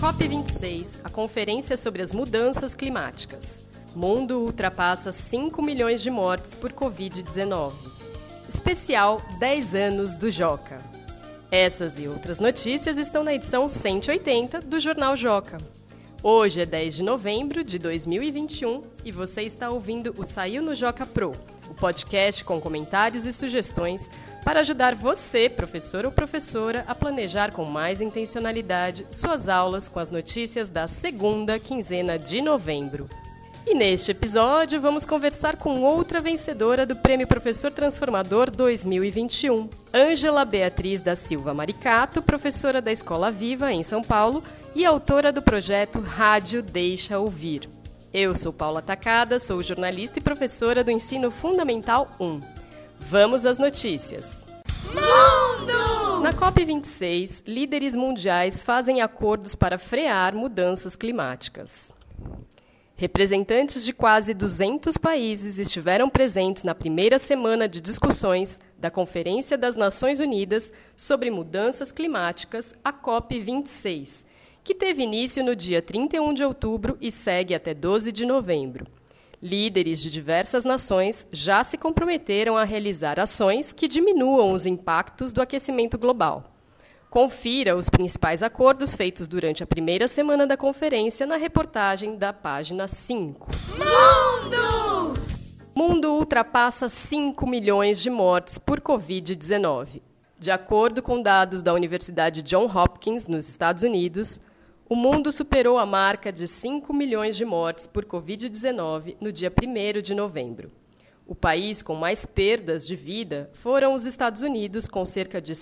COP26, a conferência sobre as mudanças climáticas. Mundo ultrapassa 5 milhões de mortes por Covid-19. Especial 10 anos do Joca. Essas e outras notícias estão na edição 180 do Jornal Joca. Hoje é 10 de novembro de 2021 e você está ouvindo o Saiu no Joca Pro, o podcast com comentários e sugestões para ajudar você, professor ou professora, a planejar com mais intencionalidade suas aulas com as notícias da segunda quinzena de novembro. E neste episódio vamos conversar com outra vencedora do Prêmio Professor Transformador 2021, Ângela Beatriz da Silva Maricato, professora da Escola Viva em São Paulo e autora do projeto Rádio Deixa Ouvir. Eu sou Paula Tacada, sou jornalista e professora do Ensino Fundamental 1. Vamos às notícias. Mundo! Na COP26, líderes mundiais fazem acordos para frear mudanças climáticas. Representantes de quase 200 países estiveram presentes na primeira semana de discussões da Conferência das Nações Unidas sobre Mudanças Climáticas, a COP26, que teve início no dia 31 de outubro e segue até 12 de novembro. Líderes de diversas nações já se comprometeram a realizar ações que diminuam os impactos do aquecimento global. Confira os principais acordos feitos durante a primeira semana da conferência na reportagem da página 5. Mundo! Mundo ultrapassa 5 milhões de mortes por Covid-19. De acordo com dados da Universidade Johns Hopkins, nos Estados Unidos, o mundo superou a marca de 5 milhões de mortes por Covid-19 no dia 1º de novembro. O país com mais perdas de vida foram os Estados Unidos, com cerca de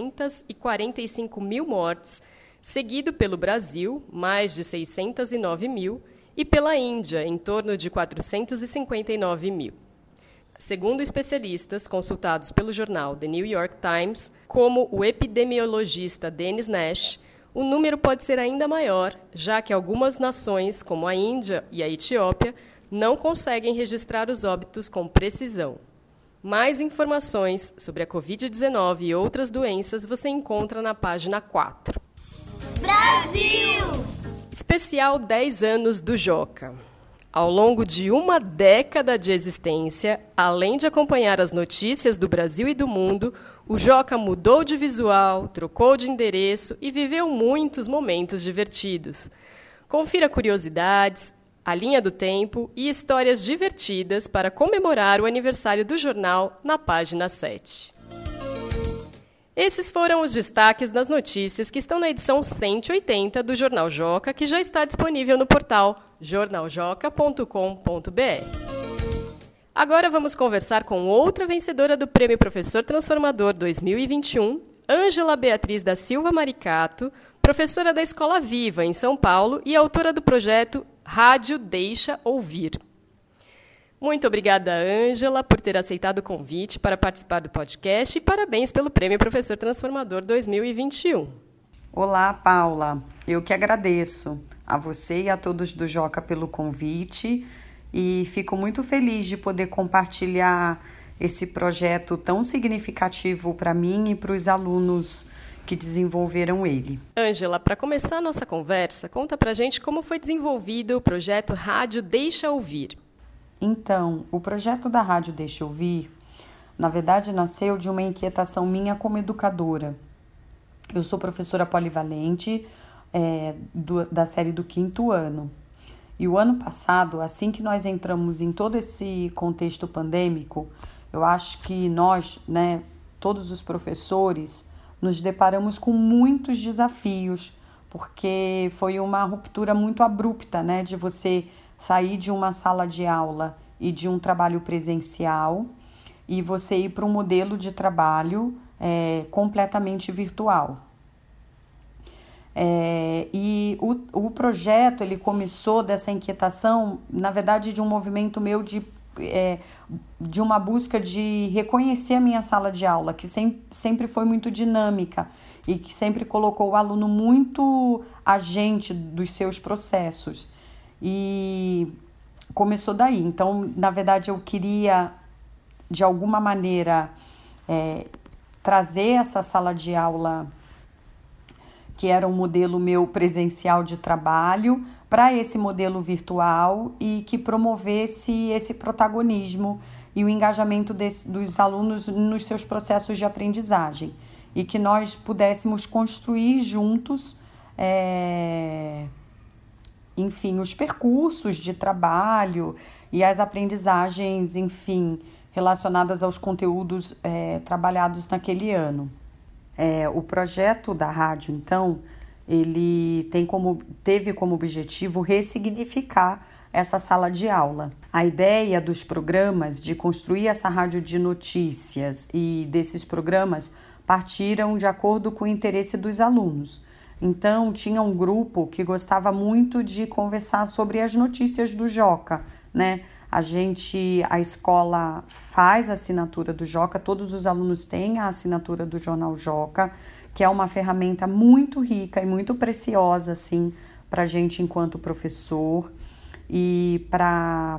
745 mil mortes, seguido pelo Brasil, mais de 609 mil, e pela Índia, em torno de 459 mil. Segundo especialistas consultados pelo jornal The New York Times, como o epidemiologista Dennis Nash, o número pode ser ainda maior, já que algumas nações, como a Índia e a Etiópia, não conseguem registrar os óbitos com precisão. Mais informações sobre a Covid-19 e outras doenças você encontra na página 4. Brasil! Especial 10 anos do Joca. Ao longo de uma década de existência, além de acompanhar as notícias do Brasil e do mundo, o Joca mudou de visual, trocou de endereço e viveu muitos momentos divertidos. Confira curiosidades, a linha do tempo e histórias divertidas para comemorar o aniversário do jornal na página 7. Esses foram os destaques das notícias que estão na edição 180 do Jornal Joca, que já está disponível no portal jornaljoca.com.br. Agora vamos conversar com outra vencedora do Prêmio Professor Transformador 2021, Ângela Beatriz da Silva Maricato, professora da Escola Viva em São Paulo e autora do projeto Rádio Deixa Ouvir. Muito obrigada, Ângela, por ter aceitado o convite para participar do podcast e parabéns pelo Prêmio Professor Transformador 2021. Olá, Paula. Eu que agradeço a você e a todos do Joca pelo convite e fico muito feliz de poder compartilhar esse projeto tão significativo para mim e para os alunos que desenvolveram ele. Ângela, para começar a nossa conversa, conta pra gente como foi desenvolvido o projeto Rádio Deixa Ouvir. Então, o projeto da Rádio Deixa Ouvir, na verdade, nasceu de uma inquietação minha como educadora. Eu sou professora polivalente da série do 5º ano. E o ano passado, assim que nós entramos em todo esse contexto pandêmico, eu acho que nós, todos os professores, nos deparamos com muitos desafios, porque foi uma ruptura muito abrupta, de você sair de uma sala de aula e de um trabalho presencial e você ir para um modelo de trabalho completamente virtual. E o projeto ele começou dessa inquietação, na verdade, de um movimento meu de uma busca de reconhecer a minha sala de aula, que sempre foi muito dinâmica e que sempre colocou o aluno muito agente dos seus processos. E começou daí. Então, na verdade, eu queria, de alguma maneira, trazer essa sala de aula que era um modelo meu presencial de trabalho, para esse modelo virtual e que promovesse esse protagonismo e o engajamento dos alunos nos seus processos de aprendizagem e que nós pudéssemos construir juntos, enfim, os percursos de trabalho e as aprendizagens, enfim, relacionadas aos conteúdos trabalhados naquele ano. O projeto da rádio, então, ele teve como objetivo ressignificar essa sala de aula. A ideia dos programas de construir essa rádio de notícias e desses programas partiram de acordo com o interesse dos alunos. Então, tinha um grupo que gostava muito de conversar sobre as notícias do Joca, né? A escola faz a assinatura do Joca, todos os alunos têm a assinatura do Jornal Joca, que é uma ferramenta muito rica e muito preciosa, assim, para a gente enquanto professor e para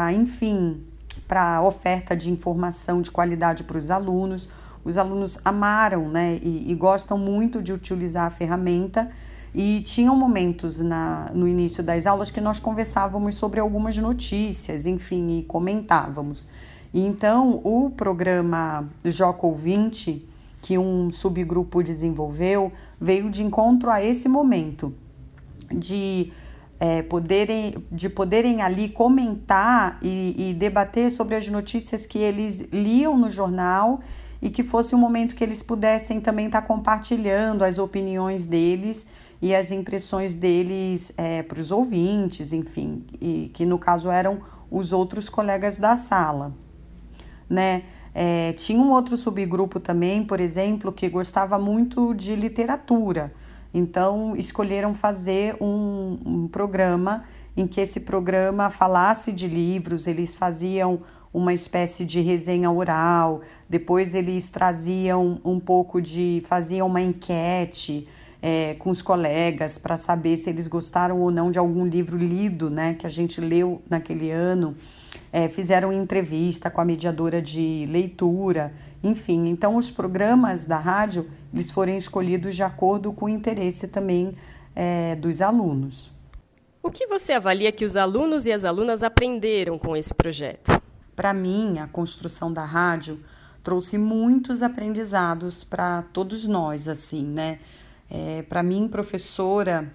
oferta de informação de qualidade para os alunos. Os alunos amaram, né, e gostam muito de utilizar a ferramenta. E tinham momentos no início das aulas que nós conversávamos sobre algumas notícias, enfim, e comentávamos. E então, o programa Joca Ouvinte, que um subgrupo desenvolveu, veio de encontro a esse momento de poderem ali comentar e debater sobre as notícias que eles liam no jornal e que fosse um momento que eles pudessem também estar compartilhando as opiniões deles e as impressões deles para os ouvintes, enfim, e que no caso eram os outros colegas da sala, né? Tinha um outro subgrupo também, por exemplo, que gostava muito de literatura, então escolheram fazer um programa em que esse programa falasse de livros. Eles faziam uma espécie de resenha oral, depois eles traziam faziam uma enquete com os colegas para saber se eles gostaram ou não de algum livro lido, né, que a gente leu naquele ano. Fizeram entrevista com a mediadora de leitura, enfim. Então, os programas da rádio, eles foram escolhidos de acordo com o interesse também dos alunos. O que você avalia que os alunos e as alunas aprenderam com esse projeto? Para mim, a construção da rádio trouxe muitos aprendizados para todos nós, assim, né? Para mim, professora,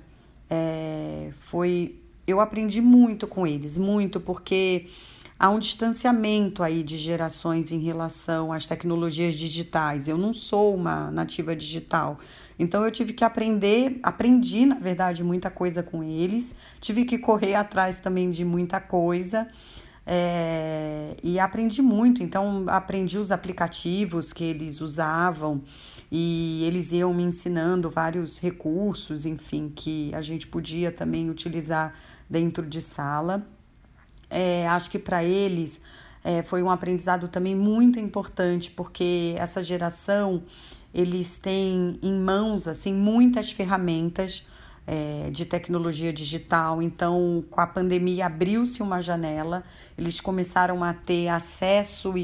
eu aprendi muito com eles, muito, porque há um distanciamento aí de gerações em relação às tecnologias digitais. Eu não sou uma nativa digital, então eu tive que aprendi, na verdade, muita coisa com eles, tive que correr atrás também de muita coisa, e aprendi muito. Então, aprendi os aplicativos que eles usavam e eles iam me ensinando vários recursos, enfim, que a gente podia também utilizar dentro de sala. Acho que para eles foi um aprendizado também muito importante, porque essa geração, eles têm em mãos assim, muitas ferramentas de tecnologia digital. Então, com a pandemia, abriu-se uma janela, eles começaram a ter acesso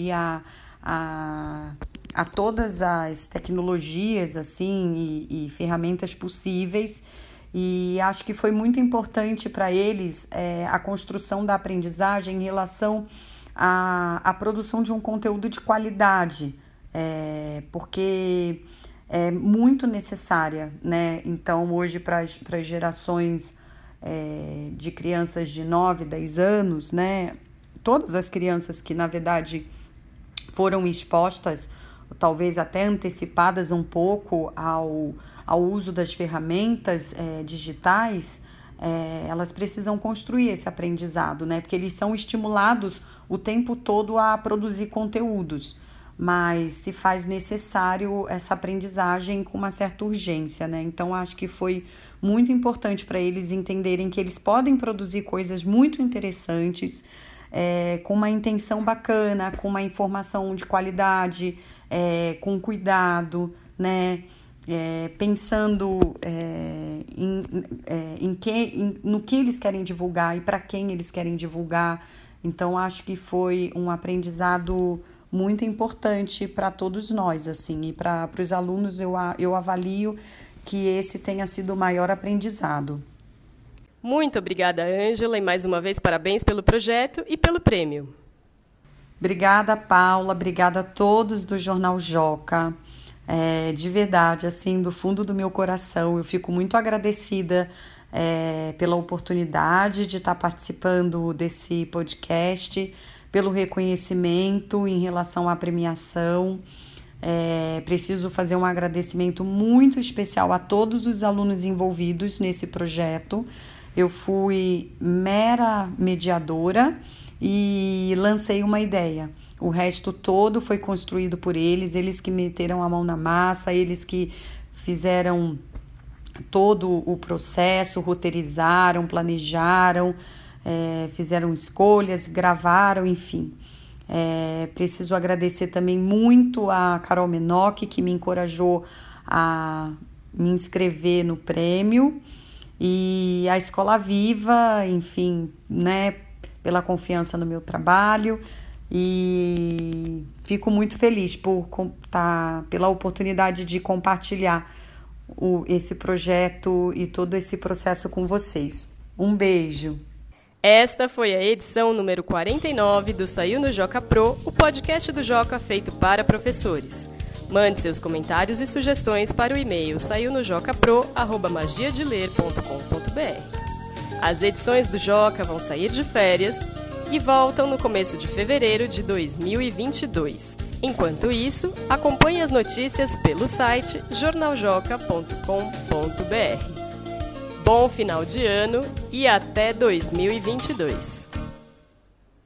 a todas as tecnologias assim, e ferramentas possíveis. E acho que foi muito importante para eles a construção da aprendizagem em relação à produção de um conteúdo de qualidade, porque é muito necessária, né? Então, hoje, para as gerações de crianças de 9, 10 anos, né? Todas as crianças que, na verdade, foram expostas, talvez até antecipadas um pouco ao uso das ferramentas digitais, elas precisam construir esse aprendizado, né? Porque eles são estimulados o tempo todo a produzir conteúdos, mas se faz necessário essa aprendizagem com uma certa urgência, né? Então, acho que foi muito importante para eles entenderem que eles podem produzir coisas muito interessantes, com uma intenção bacana, com uma informação de qualidade, com cuidado, né? Pensando no que eles querem divulgar e para quem eles querem divulgar. Então, acho que foi um aprendizado muito importante para todos nós, assim, e para os alunos eu avalio que esse tenha sido o maior aprendizado. Muito obrigada, Ângela, e mais uma vez parabéns pelo projeto e pelo prêmio. Obrigada, Paula, obrigada a todos do Jornal Joca. De verdade, assim, do fundo do meu coração, eu fico muito agradecida pela oportunidade de estar participando desse podcast, pelo reconhecimento em relação à premiação. Preciso fazer um agradecimento muito especial a todos os alunos envolvidos nesse projeto. Eu fui mera mediadora e lancei uma ideia. O resto todo foi construído por eles que meteram a mão na massa, eles que fizeram todo o processo, roteirizaram, planejaram, fizeram escolhas, gravaram, enfim. Preciso agradecer também muito a Carol Menotti, que me encorajou a me inscrever no prêmio, e a Escola Viva, enfim, né, pela confiança no meu trabalho, e fico muito feliz pela oportunidade de compartilhar esse projeto e todo esse processo com vocês. Um beijo! Esta foi a edição número 49 do Saiu no Joca Pro, o podcast do Joca feito para professores. Mande seus comentários e sugestões para o e-mail saiunojocapro@magiadeler.com.br. As edições do Joca vão sair de férias e voltam no começo de fevereiro de 2022. Enquanto isso, acompanhe as notícias pelo site jornaljoca.com.br. Bom final de ano e até 2022!